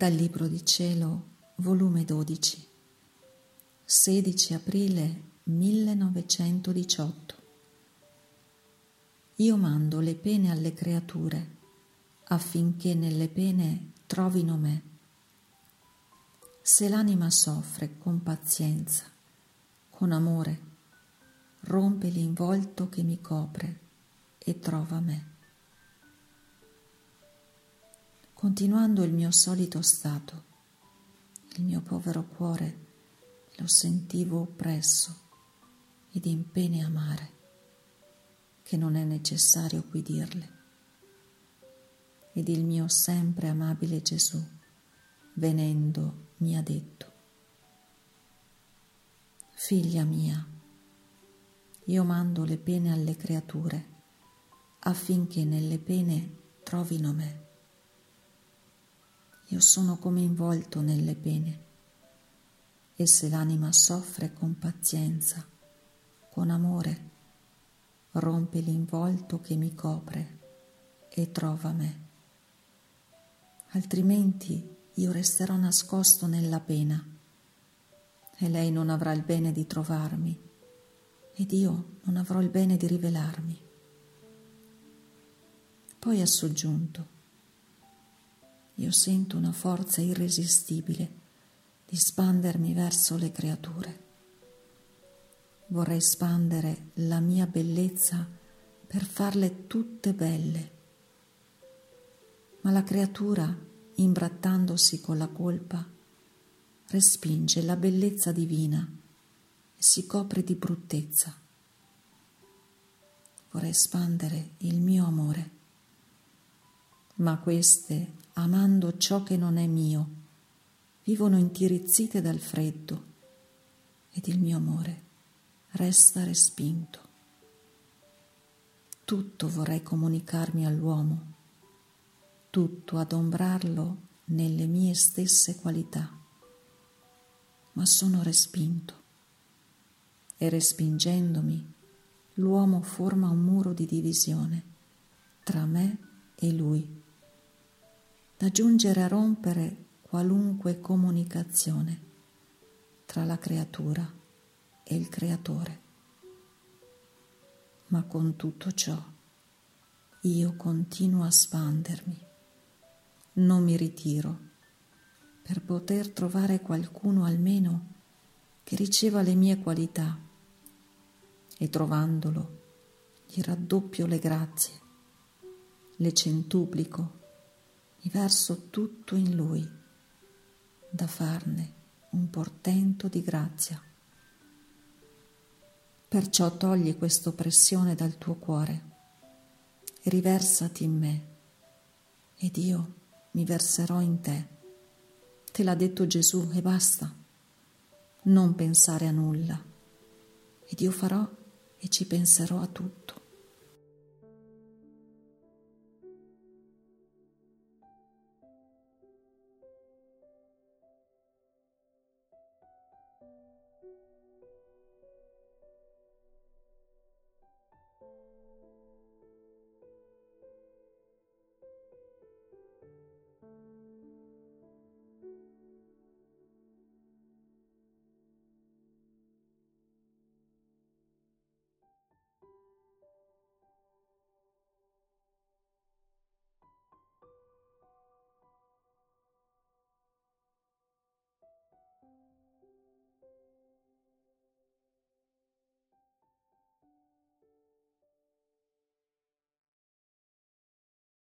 Dal Libro di Cielo, volume 12, 16 aprile 1918. Io mando le pene alle creature, affinché nelle pene trovino me. Se l'anima soffre con pazienza, con amore, rompe l'involto che mi copre e trova me. Continuando il mio solito stato, il mio povero cuore lo sentivo oppresso ed in pene amare, che non è necessario qui dirle. Ed il mio sempre amabile Gesù, venendo, mi ha detto: figlia mia, io mando le pene alle creature, affinché nelle pene trovino me. Io sono come involto nelle pene, e se l'anima soffre con pazienza, con amore, rompe l'involto che mi copre e trova me. Altrimenti io resterò nascosto nella pena, e lei non avrà il bene di trovarmi, ed io non avrò il bene di rivelarmi. Poi ha soggiunto: io sento una forza irresistibile di spandermi verso le creature. Vorrei spandere la mia bellezza per farle tutte belle, ma la creatura, imbrattandosi con la colpa, respinge la bellezza divina e si copre di bruttezza. Vorrei spandere il mio amore, ma queste, amando ciò che non è mio, vivono intirizzite dal freddo, ed il mio amore resta respinto. Tutto vorrei comunicarmi all'uomo, tutto adombrarlo nelle mie stesse qualità, ma sono respinto, e respingendomi l'uomo forma un muro di divisione tra me e lui, da giungere a rompere qualunque comunicazione tra la creatura e il Creatore. Ma con tutto ciò io continuo a spandermi, non mi ritiro, per poter trovare qualcuno almeno che riceva le mie qualità, e trovandolo gli raddoppio le grazie, le centuplico, mi verso tutto in lui, da farne un portento di grazia. Perciò togli questa oppressione dal tuo cuore e riversati in me, ed io mi verserò in te. Te l'ha detto Gesù e basta. Non pensare a nulla, ed io farò e ci penserò a tutto.